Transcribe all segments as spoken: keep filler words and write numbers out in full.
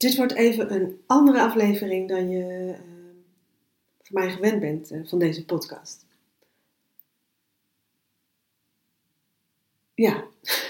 Dit wordt even een andere aflevering dan je uh, van mij gewend bent uh, van deze podcast. Ja,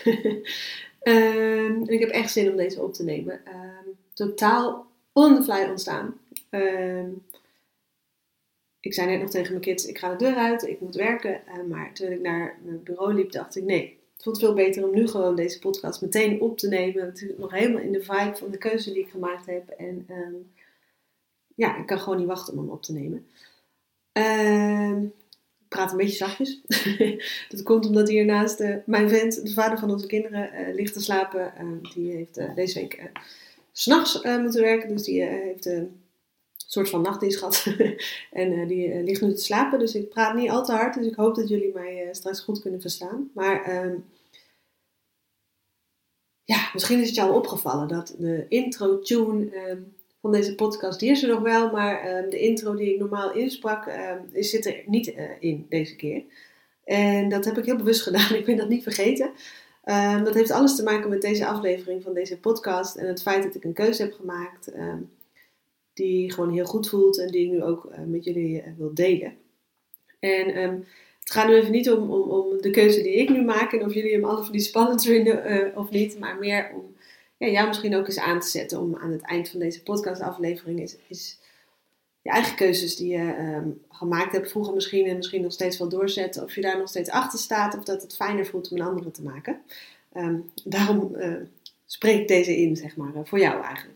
um, ik heb echt zin om deze op te nemen. Um, totaal on the fly ontstaan. Um, ik zei net nog tegen mijn kids, ik ga de deur uit, ik moet werken. Uh, maar toen ik naar mijn bureau liep, dacht ik nee. Het voelt veel beter om nu gewoon deze podcast meteen op te nemen. Het is nog helemaal in de vibe van de keuze die ik gemaakt heb. En um, ja, ik kan gewoon niet wachten om hem op te nemen. Um, ik praat een beetje zachtjes. Dat komt omdat hiernaast uh, mijn vent, de vader van onze kinderen, uh, ligt te slapen. Uh, die heeft uh, deze week uh, 's nachts uh, moeten werken. Dus die uh, heeft uh, een soort van nachtdienst gehad. en uh, die uh, ligt nu te slapen. Dus ik praat niet al te hard. Dus ik hoop dat jullie mij uh, straks goed kunnen verstaan. Maar um, ja, misschien is het je al opgevallen dat de intro-tune um, van deze podcast, die is er nog wel. Maar um, de intro die ik normaal insprak, um, zit er niet uh, in deze keer. En dat heb ik heel bewust gedaan. Ik ben dat niet vergeten. Um, dat heeft alles te maken met deze aflevering van deze podcast. En het feit dat ik een keuze heb gemaakt um, die gewoon heel goed voelt. En die ik nu ook uh, met jullie uh, wil delen. En um, het gaat nu even niet om, om, om de keuze die ik nu maak. En of jullie hem alle of niet spannend vinden uh, of niet. Maar meer om ja, jou misschien ook eens aan te zetten. Om aan het eind van deze podcastaflevering is, is je eigen keuzes die je um, gemaakt hebt. Vroeger misschien en misschien nog steeds wel doorzetten. Of je daar nog steeds achter staat. Of dat het fijner voelt om een andere te maken. Um, daarom uh, spreek ik deze in, zeg maar. Uh, voor jou eigenlijk.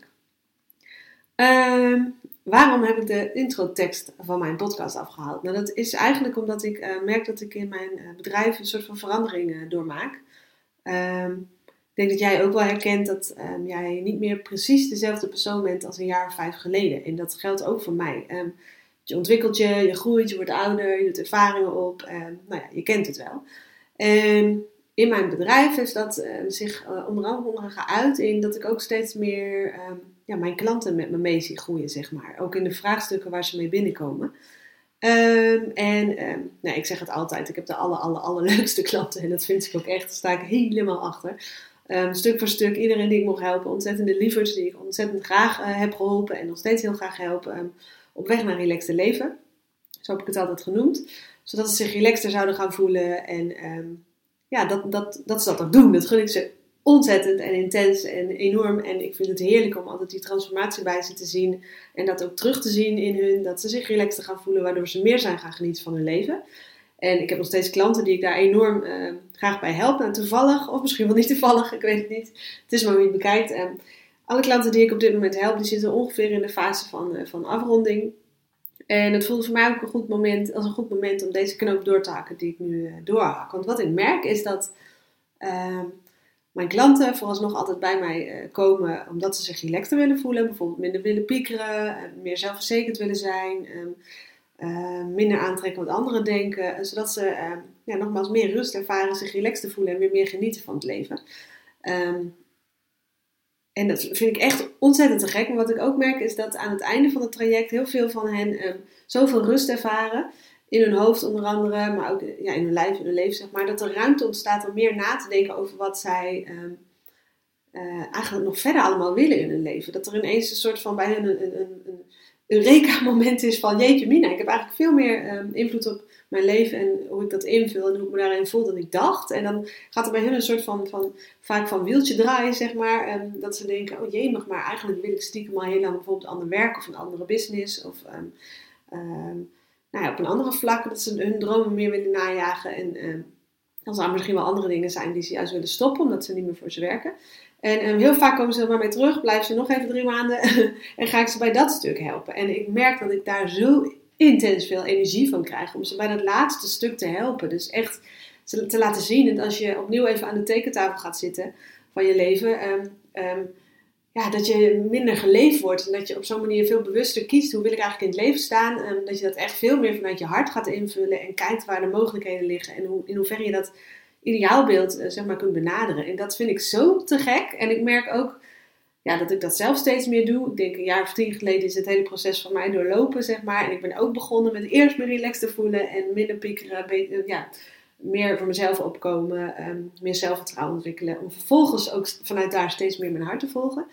Um, waarom heb ik de introtekst van mijn podcast afgehaald? Nou, dat is eigenlijk omdat ik uh, merk dat ik in mijn uh, bedrijf een soort van verandering uh, doormaak. Um, ik denk dat jij ook wel herkent dat um, jij niet meer precies dezelfde persoon bent als een jaar of vijf geleden. En dat geldt ook voor mij. Um, je ontwikkelt je, je groeit, je wordt ouder, je doet ervaringen op. Um, nou ja, je kent het wel. En in mijn bedrijf is dat uh, zich uh, onder andere geuit in dat ik ook steeds meer um, ja, mijn klanten met me mee zie groeien, zeg maar. Ook in de vraagstukken waar ze mee binnenkomen. Um, en um, nou, ik zeg het altijd, ik heb de aller, aller, allerleukste klanten en dat vind ik ook echt, daar sta ik helemaal achter. Um, stuk voor stuk, iedereen die ik mocht helpen, ontzettende lievers die ik ontzettend graag uh, heb geholpen en nog steeds heel graag helpen um, op weg naar relaxte leven. Zo heb ik het altijd genoemd. Zodat ze zich relaxter zouden gaan voelen en um, ja, dat, dat, dat ze dat ook doen. Dat gun ik ze ontzettend en intens en enorm. En ik vind het heerlijk om altijd die transformatie bij ze te zien. En dat ook terug te zien in hun. Dat ze zich relaxter gaan voelen. Waardoor ze meer zijn gaan genieten van hun leven. En ik heb nog steeds klanten die ik daar enorm uh, graag bij help. En toevallig, of misschien wel niet toevallig. Ik weet het niet. Het is maar hoe je het bekijkt. En alle klanten die ik op dit moment help. Die zitten ongeveer in de fase van, uh, van afronding. En het voelt voor mij ook een goed moment, als een goed moment om deze knoop door te hakken die ik nu uh, doorhak. Want wat ik merk is dat uh, mijn klanten vooralsnog altijd bij mij uh, komen omdat ze zich relaxter willen voelen. Bijvoorbeeld minder willen piekeren, uh, meer zelfverzekerd willen zijn, um, uh, minder aantrekken wat anderen denken. Zodat ze uh, ja, nogmaals meer rust ervaren, zich relaxter voelen en weer meer genieten van het leven. Um, En dat vind ik echt ontzettend te gek. Maar wat ik ook merk is dat aan het einde van het traject heel veel van hen um, zoveel rust ervaren. In hun hoofd onder andere, maar ook ja, in hun lijf, in hun leven zeg maar. Dat er ruimte ontstaat om meer na te denken over wat zij um, uh, eigenlijk nog verder allemaal willen in hun leven. Dat er ineens een soort van bij hen een, een, een, een Eureka-moment is van jeetje mina. Ik heb eigenlijk veel meer um, invloed op mijn leven en hoe ik dat invul en hoe ik me daarin voel dan ik dacht. En dan gaat er bij hun een soort van, van vaak van wieltje draaien, zeg maar. Um, dat ze denken, oh jee, maar eigenlijk wil ik stiekem al heel lang bijvoorbeeld ander werk of een andere business. Of um, um, nou ja, op een andere vlak dat ze hun dromen meer willen najagen. En um, dan zou er misschien wel andere dingen zijn die ze juist willen stoppen, omdat ze niet meer voor ze werken. En um, heel vaak komen ze er maar mee terug, blijven ze nog even drie maanden en ga ik ze bij dat stuk helpen. En ik merk dat ik daar zo intens veel energie van krijg om ze bij dat laatste stuk te helpen. Dus echt te, te laten zien dat als je opnieuw even aan de tekentafel gaat zitten van je leven, um, um, ja, dat je minder geleefd wordt. En dat je op zo'n manier veel bewuster kiest, hoe wil ik eigenlijk in het leven staan. Um, dat je dat echt veel meer vanuit je hart gaat invullen en kijkt waar de mogelijkheden liggen. En hoe, in hoeverre je dat ideaalbeeld uh, zeg maar, kunt benaderen. En dat vind ik zo te gek. En ik merk ook ja, dat ik dat zelf steeds meer doe. Ik denk een jaar of tien geleden is het hele proces van mij doorlopen, zeg maar. En ik ben ook begonnen met eerst me relaxed te voelen en minder piekeren, beter, ja, meer voor mezelf opkomen, um, meer zelfvertrouwen ontwikkelen. Om vervolgens ook vanuit daar steeds meer mijn hart te volgen.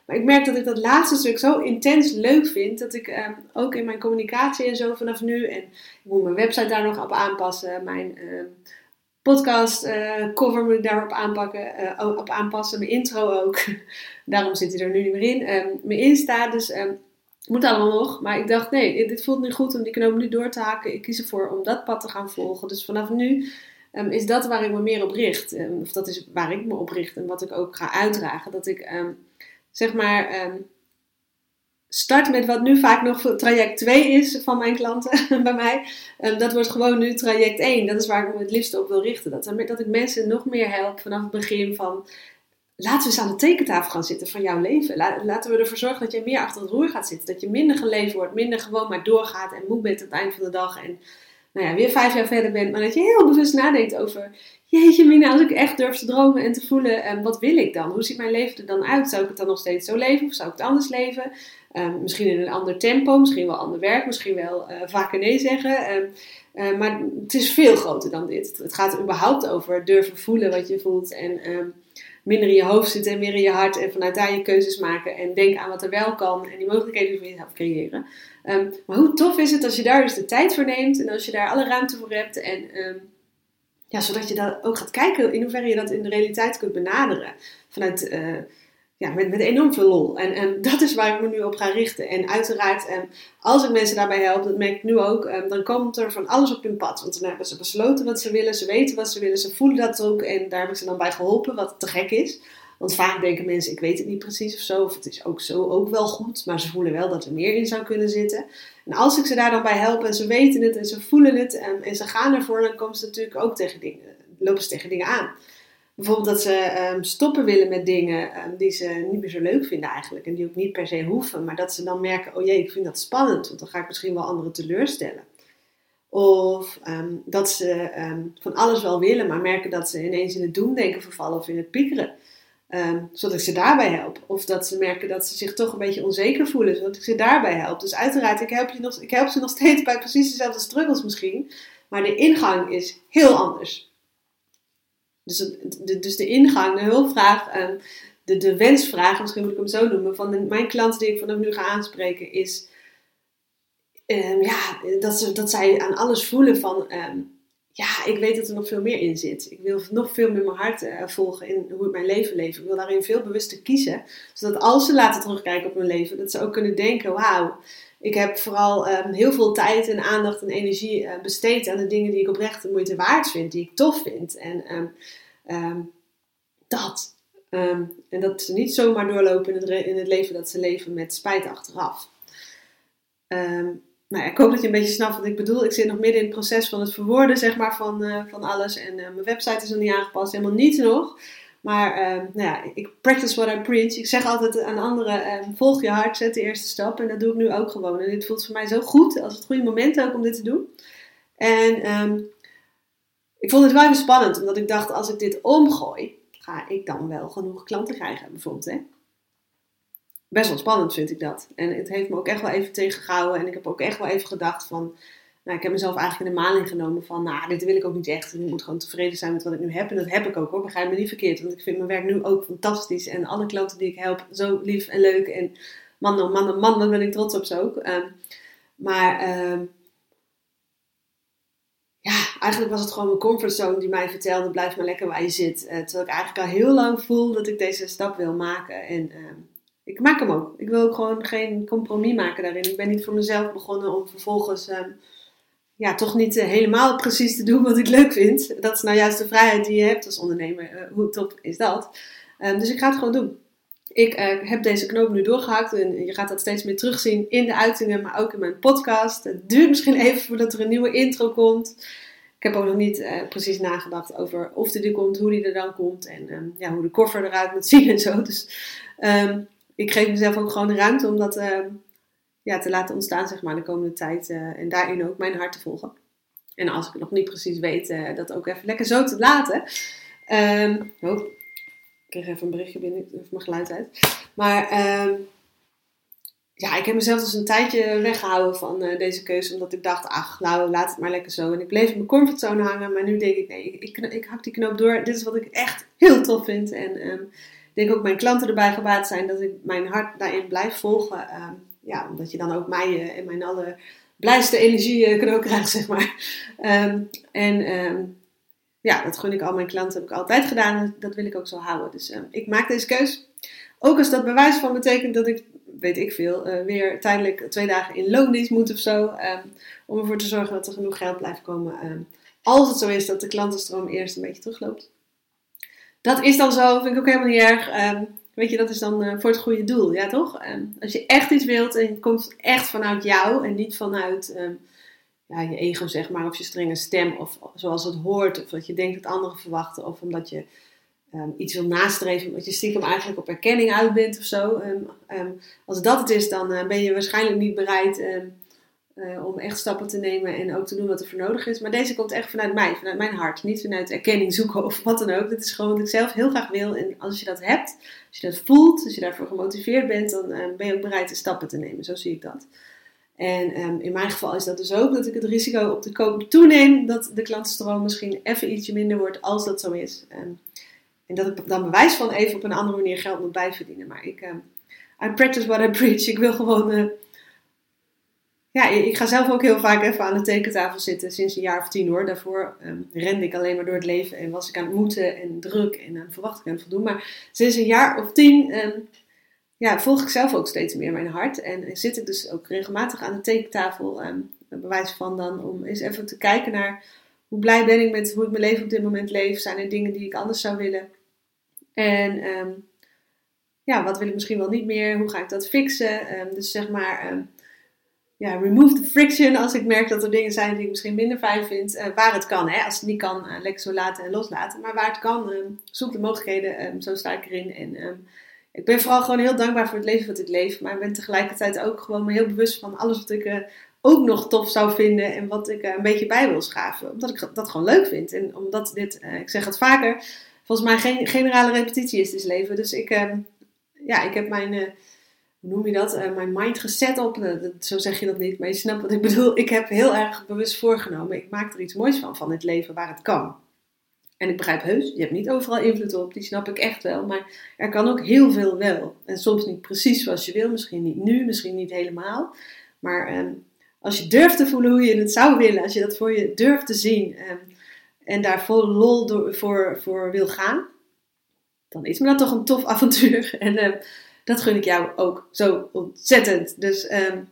Maar ik merk dat ik dat laatste stuk zo intens leuk vind, dat ik um, ook in mijn communicatie en zo vanaf nu, en ik moet mijn website daar nog op aanpassen, mijn um, podcast uh, cover moet ik daarop aanpakken, uh, op aanpassen, mijn intro ook. Daarom zit hij er nu niet meer in. Um, mijn Insta, dus um, moet allemaal nog. Maar ik dacht, nee, dit voelt nu goed om die knoop nu door te haken. Ik kies ervoor om dat pad te gaan volgen. Dus vanaf nu um, is dat waar ik me meer op richt. Um, of dat is waar ik me op richt en wat ik ook ga uitdragen. Dat ik, um, zeg maar, um, start met wat nu vaak nog traject twee is van mijn klanten bij mij. Um, dat wordt gewoon nu traject één. Dat is waar ik me het liefst op wil richten. Dat, dat ik mensen nog meer help vanaf het begin van, laten we eens aan de tekentafel gaan zitten van jouw leven. Laten we ervoor zorgen dat je meer achter het roer gaat zitten. Dat je minder geleefd wordt, minder gewoon maar doorgaat en moe bent aan het eind van de dag. En nou ja, weer vijf jaar verder bent. Maar dat je heel bewust nadenkt over, jeetje Mina, als ik echt durf te dromen en te voelen, um, wat wil ik dan? Hoe ziet mijn leven er dan uit? Zou ik het dan nog steeds zo leven of zou ik het anders leven? Um, misschien in een ander tempo, misschien wel ander werk, misschien wel uh, vaker nee zeggen. Um, uh, maar het is veel groter dan dit. Het gaat überhaupt over durven voelen wat je voelt en um, minder in je hoofd zitten en meer in je hart en vanuit daar je keuzes maken en denken aan wat er wel kan en die mogelijkheden voor jezelf creëren. Um, maar hoe tof is het als je daar dus de tijd voor neemt en als je daar alle ruimte voor hebt en um, ja, zodat je dan ook gaat kijken in hoeverre je dat in de realiteit kunt benaderen. Vanuit, uh, ja, met, met enorm veel lol. En, en dat is waar ik me nu op ga richten. En uiteraard, um, als ik mensen daarbij help, dat merk ik nu ook, um, dan komt er van alles op hun pad. Want dan hebben ze besloten wat ze willen, ze weten wat ze willen, ze voelen dat ook. En daar heb ik ze dan bij geholpen, wat te gek is. Want vaak denken mensen, ik weet het niet precies of zo, of het is ook zo ook wel goed, maar ze voelen wel dat er meer in zou kunnen zitten. En als ik ze daar dan bij help en ze weten het en ze voelen het en, en ze gaan ervoor, dan komen ze natuurlijk ook tegen dingen, lopen ze tegen dingen aan. Bijvoorbeeld dat ze um, stoppen willen met dingen um, die ze niet meer zo leuk vinden eigenlijk en die ook niet per se hoeven, maar dat ze dan merken, oh jee, ik vind dat spannend, want dan ga ik misschien wel anderen teleurstellen. Of um, dat ze um, van alles wel willen, maar merken dat ze ineens in het doemdenken vervallen of in het piekeren. Um, zodat ik ze daarbij help. Of dat ze merken dat ze zich toch een beetje onzeker voelen. Zodat ik ze daarbij help. Dus uiteraard, ik help, je nog, ik help ze nog steeds bij precies dezelfde struggles misschien. Maar de ingang is heel anders. Dus de, dus de ingang, de hulpvraag, um, de, de wensvraag, misschien moet ik hem zo noemen, van de, mijn klanten die ik vanaf nu ga aanspreken, is um, ja, dat, ze, dat zij aan alles voelen van, um, ja, ik weet dat er nog veel meer in zit. Ik wil nog veel meer mijn hart uh, volgen in hoe ik mijn leven leef. Ik wil daarin veel bewuster kiezen. Zodat als ze laten terugkijken op mijn leven, dat ze ook kunnen denken, wauw, ik heb vooral um, heel veel tijd en aandacht en energie uh, besteed aan de dingen die ik oprecht de moeite waard vind, die ik tof vind. En um, um, dat. Um, en dat ze niet zomaar doorlopen in het, re- in het leven dat ze leven met spijt achteraf. Um, Nou ja, ik hoop dat je een beetje snapt wat ik bedoel. Ik zit nog midden in het proces van het verwoorden, zeg maar, van, uh, van alles. En uh, mijn website is nog niet aangepast, helemaal niets nog. Maar uh, nou ja, ik practice what I preach. Ik zeg altijd aan anderen, um, volg je hart, zet de eerste stap. En dat doe ik nu ook gewoon. En dit voelt voor mij zo goed, als het goede moment ook om dit te doen. En um, ik vond het wel even spannend, omdat ik dacht, als ik dit omgooi, ga ik dan wel genoeg klanten krijgen, bijvoorbeeld, hè? Best wel spannend vind ik dat. En het heeft me ook echt wel even tegengehouden. En ik heb ook echt wel even gedacht van, nou, ik heb mezelf eigenlijk in de maling genomen van, nou, dit wil ik ook niet echt. En ik moet gewoon tevreden zijn met wat ik nu heb. En dat heb ik ook hoor, begrijp me niet verkeerd. Want ik vind mijn werk nu ook fantastisch. En alle klanten die ik help, zo lief en leuk. En man, oh man, oh man, wat ben ik trots op ze ook. Um, maar um, ja, eigenlijk was het gewoon mijn comfortzone die mij vertelde, blijf maar lekker waar je zit. Uh, terwijl ik eigenlijk al heel lang voel dat ik deze stap wil maken. En um, ik maak hem ook. Ik wil ook gewoon geen compromis maken daarin. Ik ben niet voor mezelf begonnen om vervolgens um, ja, toch niet uh, helemaal precies te doen wat ik leuk vind. Dat is nou juist de vrijheid die je hebt als ondernemer. Uh, hoe top is dat? Um, dus ik ga het gewoon doen. Ik uh, heb deze knoop nu doorgehakt en je gaat dat steeds meer terugzien in de uitingen, maar ook in mijn podcast. Het duurt misschien even voordat er een nieuwe intro komt. Ik heb ook nog niet uh, precies nagedacht over of die er komt, hoe die er dan komt en um, ja, hoe de koffer eruit moet zien en zo. Dus um, ik geef mezelf ook gewoon de ruimte om dat uh, ja, te laten ontstaan, zeg maar, de komende tijd. Uh, en daarin ook mijn hart te volgen. En als ik het nog niet precies weet, uh, dat ook even lekker zo te laten. Um, oh, ik kreeg even een berichtje binnen, ik heb mijn geluid uit. Maar um, ja, ik heb mezelf dus een tijdje weggehouden van uh, deze keuze. Omdat ik dacht, ach, nou, laat het maar lekker zo. En ik bleef in mijn comfortzone hangen. Maar nu denk ik, nee, ik, ik, ik hak die knoop door. Dit is wat ik echt heel tof vind. En um, denk ook mijn klanten erbij gebaat zijn dat ik mijn hart daarin blijf volgen. Uh, ja, omdat je dan ook mij uh, en mijn allerblijste energie uh, cadeau krijgt, zeg maar. Um, en um, ja, dat gun ik al mijn klanten, heb ik altijd gedaan. En dat wil ik ook zo houden. Dus uh, ik maak deze keus. Ook als dat bewijs van betekent dat ik, weet ik veel, uh, weer tijdelijk twee dagen in loondienst moet of zo. Um, om ervoor te zorgen dat er genoeg geld blijft komen. Um, als het zo is dat de klantenstroom eerst een beetje terugloopt. Dat is dan zo, vind ik ook helemaal niet erg. Um, weet je, dat is dan uh, voor het goede doel, ja toch? Um, als je echt iets wilt en het komt echt vanuit jou en niet vanuit um, ja, je ego, zeg maar, of je strenge stem, of zoals het hoort, of dat je denkt dat anderen verwachten, of omdat je um, iets wil nastreven, omdat je stiekem eigenlijk op erkenning uit bent of zo. Um, um, als dat het is, dan uh, ben je waarschijnlijk niet bereid um, uh, om echt stappen te nemen en ook te doen wat er voor nodig is. Maar deze komt echt vanuit mij, vanuit mijn hart, niet vanuit erkenning zoeken of wat dan ook. Dit is gewoon wat ik zelf heel graag wil. En als je dat hebt, als je dat voelt, als je daarvoor gemotiveerd bent, dan uh, ben je ook bereid de stappen te nemen. Zo zie ik dat. En um, in mijn geval is dat dus ook dat ik het risico op de koop toeneem dat de klantenstroom misschien even ietsje minder wordt als dat zo is. Um, en dat ik dan bewijs van even op een andere manier geld moet bijverdienen. Maar ik, um, I practice what I preach. Ik wil gewoon, uh, ja, ik ga zelf ook heel vaak even aan de tekentafel zitten sinds een jaar of tien hoor. Daarvoor um, rende ik alleen maar door het leven en was ik aan het moeten en druk en aan verwachtingen aan het voldoen. Maar sinds een jaar of tien Um, Ja, volg ik zelf ook steeds meer mijn hart. En zit ik dus ook regelmatig aan de tekentafel. Um, bewijs van dan om eens even te kijken naar hoe blij ben ik met hoe ik mijn leven op dit moment leef. Zijn er dingen die ik anders zou willen? En um, ja, wat wil ik misschien wel niet meer? Hoe ga ik dat fixen? Um, dus zeg maar, um, ja, remove the friction als ik merk dat er dingen zijn die ik misschien minder fijn vind. Uh, waar het kan, hè. Als het niet kan, uh, lekker zo laten en loslaten. Maar waar het kan, um, zoek de mogelijkheden. Um, zo sta ik erin. En Um, Ik ben vooral gewoon heel dankbaar voor het leven wat ik leef. Maar ik ben tegelijkertijd ook gewoon me heel bewust van alles wat ik uh, ook nog tof zou vinden. En wat ik uh, een beetje bij wil schaven. Omdat ik dat gewoon leuk vind. En omdat dit, uh, ik zeg het vaker, volgens mij geen generale repetitie is dit leven. Dus ik, uh, ja, ik heb mijn, uh, hoe noem je dat? Uh, mijn mind gezet op. Uh, dat, zo zeg je dat niet, maar je snapt wat ik bedoel. Ik heb heel erg bewust voorgenomen. Ik maak er iets moois van, van het leven waar het kan. En ik begrijp heus, je hebt niet overal invloed op, die snap ik echt wel. Maar er kan ook heel veel wel. En soms niet precies zoals je wil, misschien niet nu, misschien niet helemaal. Maar um, als je durft te voelen hoe je het zou willen, als je dat voor je durft te zien um, en daar vol lol door, voor, voor wil gaan, dan is me dat toch een tof avontuur. En um, dat gun ik jou ook zo ontzettend. Dus um,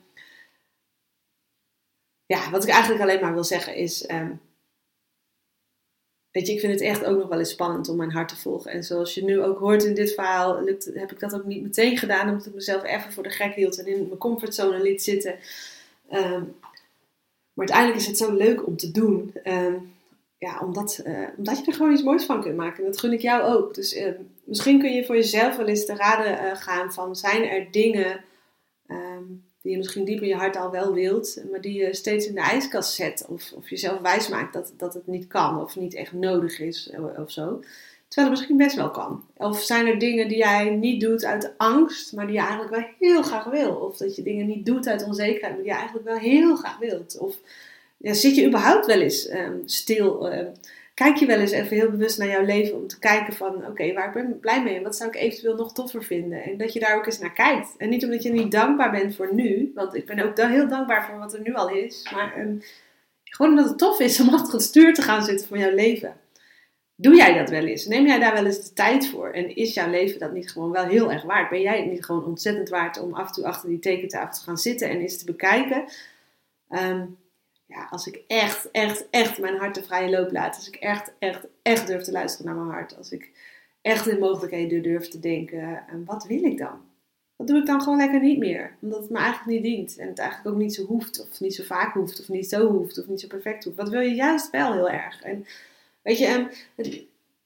ja, wat ik eigenlijk alleen maar wil zeggen is Um, Weet je, ik vind het echt ook nog wel eens spannend om mijn hart te volgen. En zoals je nu ook hoort in dit verhaal, lukt, heb ik dat ook niet meteen gedaan. Omdat ik mezelf even voor de gek hield en in mijn comfortzone liet zitten. Um, maar uiteindelijk is het zo leuk om te doen. Um, ja, omdat, uh, omdat je er gewoon iets moois van kunt maken. En dat gun ik jou ook. Dus uh, misschien kun je voor jezelf wel eens te raden uh, gaan van, zijn er dingen Um, die je misschien diep in je hart al wel wilt, maar die je steeds in de ijskast zet. Of, of jezelf wijs maakt dat, dat het niet kan of niet echt nodig is of zo. Terwijl het misschien best wel kan. Of zijn er dingen die jij niet doet uit angst, maar die je eigenlijk wel heel graag wil. Of dat je dingen niet doet uit onzekerheid, maar die je eigenlijk wel heel graag wilt. Of ja, zit je überhaupt wel eens um, stil? Um, kijk je wel eens even heel bewust naar jouw leven om te kijken van, oké, okay, waar ben ik blij mee en wat zou ik eventueel nog toffer vinden? En dat je daar ook eens naar kijkt. En niet omdat je niet dankbaar bent voor nu, want ik ben ook heel dankbaar voor wat er nu al is, maar um, gewoon omdat het tof is om achter het stuur te gaan zitten van jouw leven. Doe jij dat wel eens? Neem jij daar wel eens de tijd voor? En is jouw leven dat niet gewoon wel heel erg waard? Ben jij het niet gewoon ontzettend waard om af en toe achter die tekentafel te gaan zitten en eens te bekijken? Um, Ja, als ik echt, echt, echt mijn hart de vrije loop laat. Als ik echt, echt, echt durf te luisteren naar mijn hart. Als ik echt in mogelijkheden durf te denken. En wat wil ik dan? Wat doe ik dan gewoon lekker niet meer? Omdat het me eigenlijk niet dient. En het eigenlijk ook niet zo hoeft. Of niet zo vaak hoeft. Of niet zo hoeft. Of niet zo perfect hoeft. Wat wil je juist wel heel erg? En weet je, um, het,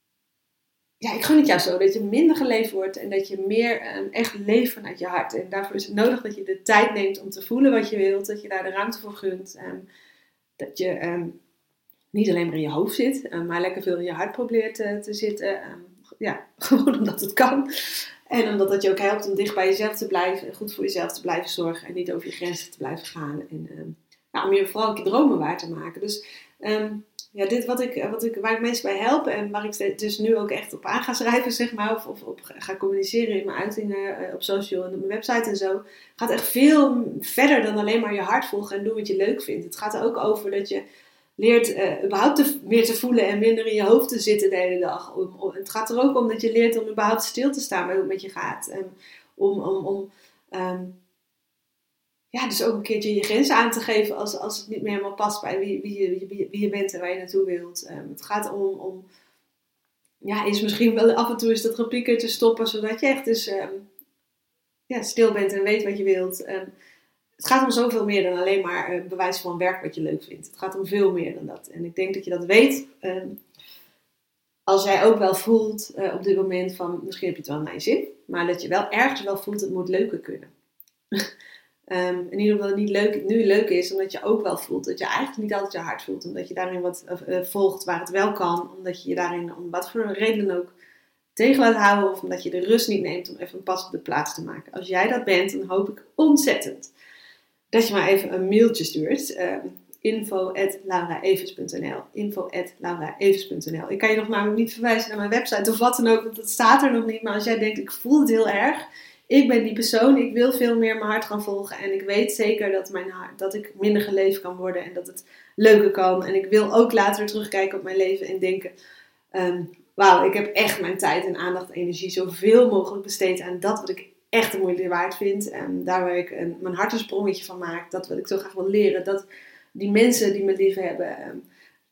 ja, ik gun het jou zo. Dat je minder geleefd wordt. En dat je meer um, echt leeft vanuit je hart. En daarvoor is het nodig dat je de tijd neemt om te voelen wat je wilt. Dat je daar de ruimte voor gunt. Um, Dat je um, niet alleen maar in je hoofd zit, um, maar lekker veel in je hart probeert uh, te zitten. Um, ja, gewoon omdat het kan. En omdat het je ook helpt om dicht bij jezelf te blijven. En goed voor jezelf te blijven zorgen. En niet over je grenzen te blijven gaan. En um, ja, om je vooral ook je dromen waar te maken. Dus um, ja, dit wat ik, wat ik, waar ik mensen bij help en waar ik dus nu ook echt op aan ga schrijven, zeg maar, of, of op ga communiceren in mijn uitingen op social en op mijn website en zo, gaat echt veel verder dan alleen maar je hart volgen en doen wat je leuk vindt. Het gaat er ook over dat je leert uh, überhaupt te, meer te voelen en minder in je hoofd te zitten de hele dag. Om, om, het gaat er ook om dat je leert om überhaupt stil te staan bij hoe het met je gaat. Um, om, om, om um, ja, dus ook een keertje je grenzen aan te geven als, als het niet meer helemaal past bij wie, wie, je, wie, wie je bent en waar je naartoe wilt. Um, het gaat om, om, ja, is misschien wel af en toe is dat repieker te stoppen, zodat je echt dus um, ja, stil bent en weet wat je wilt. Um, het gaat om zoveel meer dan alleen maar uh, bewijs van werk wat je leuk vindt. Het gaat om veel meer dan dat. En ik denk dat je dat weet. Um, als jij ook wel voelt uh, op dit moment van, misschien heb je het wel naar je zin, maar dat je wel ergens wel voelt, het moet leuker kunnen. Um, en niet omdat het niet leuk, nu leuk is, omdat je ook wel voelt dat je eigenlijk niet altijd je hart voelt. Omdat je daarin wat uh, volgt waar het wel kan. Omdat je je daarin om wat voor een reden ook tegen laat houden. Of omdat je de rust niet neemt om even een pas op de plaats te maken. Als jij dat bent, dan hoop ik ontzettend dat je maar even een mailtje stuurt. Uh, info at lauraevers punt n l info at lauraevers punt n l Ik kan je nog namelijk niet verwijzen naar mijn website of wat dan ook. Want dat staat er nog niet. Maar als jij denkt, ik voel het heel erg. Ik ben die persoon, ik wil veel meer mijn hart gaan volgen en ik weet zeker dat, mijn hart, dat ik minder geleefd kan worden en dat het leuker kan. En ik wil ook later terugkijken op mijn leven en denken, um, wauw, ik heb echt mijn tijd en aandacht en energie zoveel mogelijk besteed aan dat wat ik echt de moeite waard vind. En daar waar ik een, mijn hart een sprongetje van maak, dat wat ik zo graag wil leren, dat die mensen die me lief hebben... Um,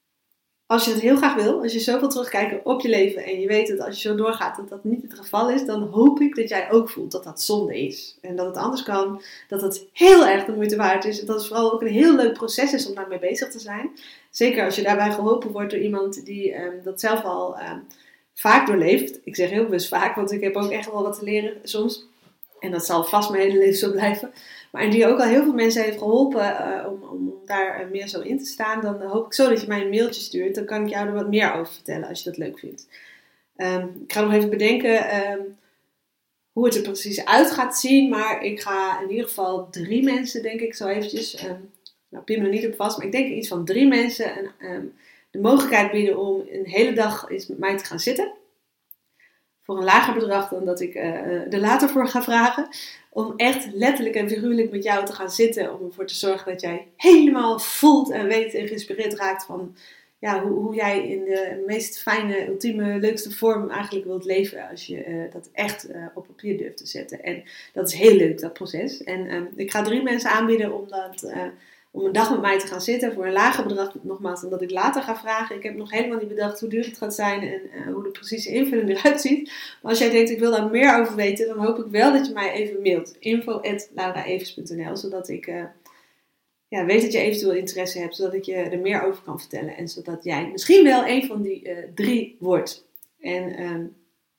Als je het heel graag wil, als je zoveel terugkijkt op je leven en je weet dat als je zo doorgaat dat dat niet het geval is, dan hoop ik dat jij ook voelt dat dat zonde is. En dat het anders kan, dat het heel erg de moeite waard is. En dat het vooral ook een heel leuk proces is om daarmee bezig te zijn. Zeker als je daarbij geholpen wordt door iemand die um, dat zelf al um, vaak doorleeft. Ik zeg heel bewust vaak, want ik heb ook echt wel wat te leren soms. En dat zal vast mijn hele leven zo blijven. Maar en die ook al heel veel mensen heeft geholpen uh, om, om, om daar uh, meer zo in te staan. Dan hoop ik zo dat je mij een mailtje stuurt. Dan kan ik jou er wat meer over vertellen als je dat leuk vindt. Um, ik ga nog even bedenken um, hoe het er precies uit gaat zien. Maar ik ga in ieder geval drie mensen, denk ik zo eventjes. Um, nou, pin me er niet op vast. Maar ik denk iets van drie mensen een, um, de mogelijkheid bieden om een hele dag eens met mij te gaan zitten. Voor een lager bedrag dan dat ik uh, er later voor ga vragen. Om echt letterlijk en figuurlijk met jou te gaan zitten. Om ervoor te zorgen dat jij helemaal voelt en weet en geïnspireerd raakt van ja, hoe, hoe jij in de meest fijne, ultieme, leukste vorm eigenlijk wilt leven. Als je uh, dat echt uh, op papier durft te zetten. En dat is heel leuk, dat proces. En um, ik ga drie mensen aanbieden om, dat, uh, om een dag met mij te gaan zitten. Voor een lager bedrag nogmaals dan dat ik later ga vragen. Ik heb nog helemaal niet bedacht hoe duur het gaat zijn en uh, hoe de precieze invulling eruit ziet. Maar als jij denkt, ik wil daar meer over weten, dan hoop ik wel dat je mij even mailt. info at lauraevers punt n l Zodat ik uh, ja, weet dat je eventueel interesse hebt. Zodat ik je er meer over kan vertellen. En zodat jij misschien wel een van die uh, drie wordt. En um,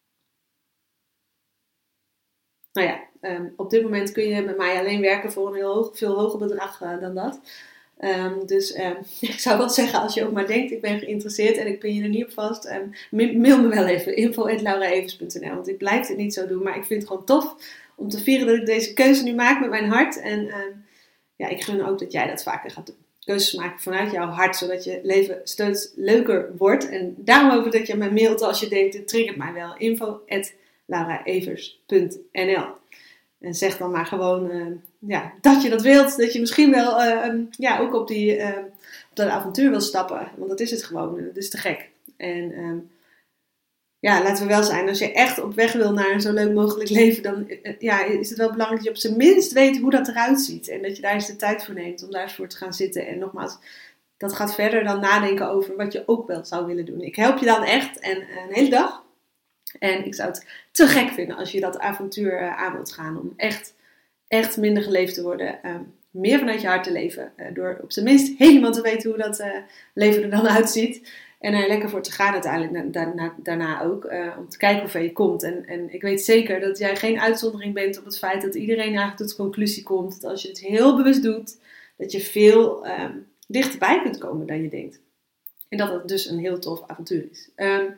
nou ja, um, op dit moment kun je met mij alleen werken voor een heel hoog, veel hoger bedrag uh, dan dat. Um, dus um, ik zou wel zeggen, als je ook maar denkt, ik ben geïnteresseerd en ik pin je er niet op vast, um, mail me wel even, info at lauraevers punt n l Want ik blijf het niet zo doen, maar ik vind het gewoon tof om te vieren dat ik deze keuze nu maak met mijn hart. En um, ja, ik gun ook dat jij dat vaker gaat doen. Keuzes maken vanuit jouw hart, zodat je leven steeds leuker wordt. En daarom hoop ik dat je me mailt als je denkt, dit triggert mij wel. info at lauraevers punt n l En zeg dan maar gewoon uh, ja, dat je dat wilt. Dat je misschien wel uh, um, ja, ook op, die, uh, op dat avontuur wil stappen. Want dat is het gewoon. Dat is te gek. En um, ja, laten we wel zijn. Als je echt op weg wil naar een zo leuk mogelijk leven. Dan uh, ja, is het wel belangrijk dat je op zijn minst weet hoe dat eruit ziet. En dat je daar eens de tijd voor neemt om daar eens voor te gaan zitten. En nogmaals, dat gaat verder dan nadenken over wat je ook wel zou willen doen. Ik help je dan echt. En uh, een hele dag. En ik zou het te gek vinden als je dat avontuur uh, aan wilt gaan. Om echt, echt minder geleefd te worden. Um, meer vanuit je hart te leven. Uh, door op zijn minst helemaal te weten hoe dat uh, leven er dan uitziet. En er lekker voor te gaan uiteindelijk daarna, daarna ook. Uh, om te kijken hoe ver je komt. En, en ik weet zeker dat jij geen uitzondering bent op het feit dat iedereen eigenlijk tot de conclusie komt. Dat als je het heel bewust doet. Dat je veel um, dichterbij kunt komen dan je denkt. En dat het dus een heel tof avontuur is. Um,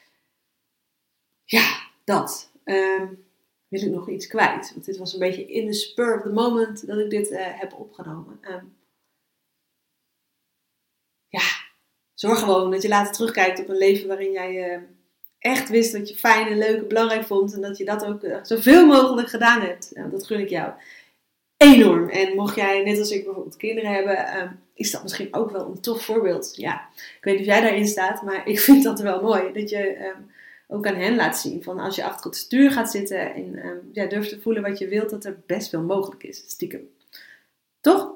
Ja, dat. Um, wil ik nog iets kwijt? Want dit was een beetje in the spur of the moment dat ik dit uh, heb opgenomen. Um, ja, Zorg gewoon dat je later terugkijkt op een leven waarin jij uh, echt wist dat je fijn en leuk en belangrijk vond. En dat je dat ook uh, zoveel mogelijk gedaan hebt. Nou, dat gun ik jou enorm. En mocht jij, net als ik bijvoorbeeld kinderen hebben, uh, is dat misschien ook wel een tof voorbeeld. Ja, ik weet niet of jij daarin staat, maar ik vind dat wel mooi. Dat je uh, ook aan hen laat zien van als je achter het stuur gaat zitten en uh, ja, durft te voelen wat je wilt, dat er best veel mogelijk is, stiekem. Toch?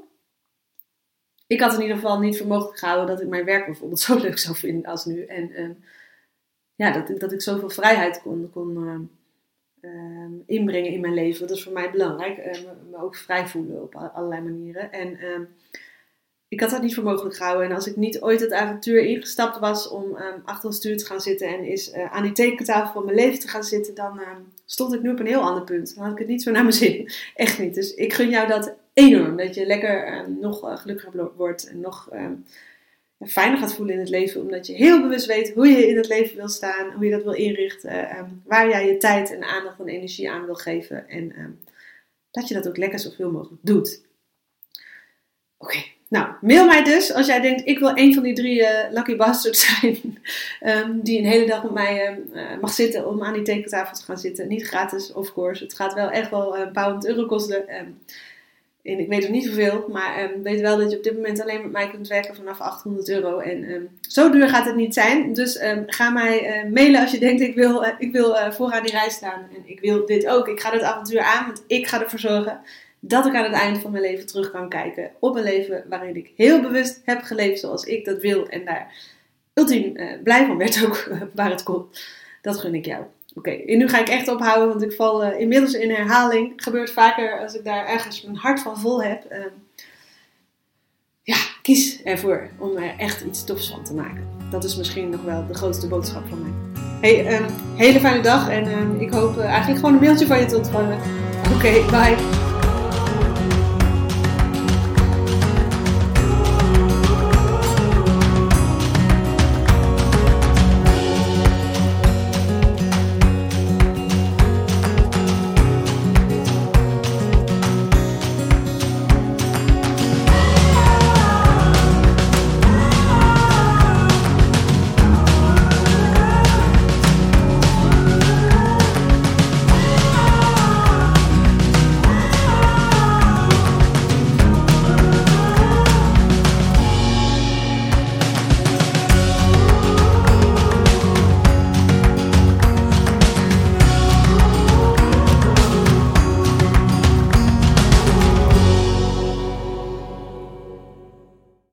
Ik had in ieder geval niet voor mogelijk gehouden dat ik mijn werk bijvoorbeeld zo leuk zou vinden als nu. En uh, ja, dat, ik, dat ik zoveel vrijheid kon, kon uh, uh, inbrengen in mijn leven. Dat is voor mij belangrijk. Uh, me, me ook vrij voelen op allerlei manieren. En uh, ik had dat niet voor mogelijk gehouden. En als ik niet ooit het avontuur ingestapt was om uh, achter het stuur te gaan zitten en is uh, aan die tekentafel van mijn leven te gaan zitten, dan uh, stond ik nu op een heel ander punt. Dan had ik het niet zo naar mijn zin. Echt niet. Dus ik gun jou dat enorm. Dat je lekker uh, nog uh, gelukkiger wordt en nog uh, fijner gaat voelen in het leven. Omdat je heel bewust weet hoe je in het leven wil staan. Hoe je dat wil inrichten. Uh, waar jij je tijd en aandacht en energie aan wil geven. En uh, dat je dat ook lekker zoveel mogelijk doet. Oké. Okay. Nou, mail mij dus als jij denkt, ik wil een van die drie uh, lucky bastards zijn. um, die een hele dag met mij uh, mag zitten om aan die tekentafel te gaan zitten. Niet gratis, of course. Het gaat wel echt wel een paar honderd euro kosten. Um, En ik weet nog niet hoeveel, maar um, weet wel dat je op dit moment alleen met mij kunt werken vanaf achthonderd euro. En um, zo duur gaat het niet zijn. Dus um, ga mij uh, mailen als je denkt, ik wil, uh, ik wil uh, vooraan die rij staan. En ik wil dit ook. Ik ga dit avontuur aan, want ik ga ervoor zorgen dat ik aan het eind van mijn leven terug kan kijken op een leven waarin ik heel bewust heb geleefd zoals ik dat wil. En daar ultiem uh, blij van werd ook uh, waar het komt. Dat gun ik jou. Oké, okay, en nu ga ik echt ophouden, want ik val uh, inmiddels in herhaling. Het gebeurt vaker als ik daar ergens mijn hart van vol heb. Uh, ja, kies ervoor om er echt iets tofs van te maken. Dat is misschien nog wel de grootste boodschap van mij. Hey, um, hele fijne dag en um, ik hoop uh, eigenlijk gewoon een mailtje van je te ontvangen. Oké, okay, bye.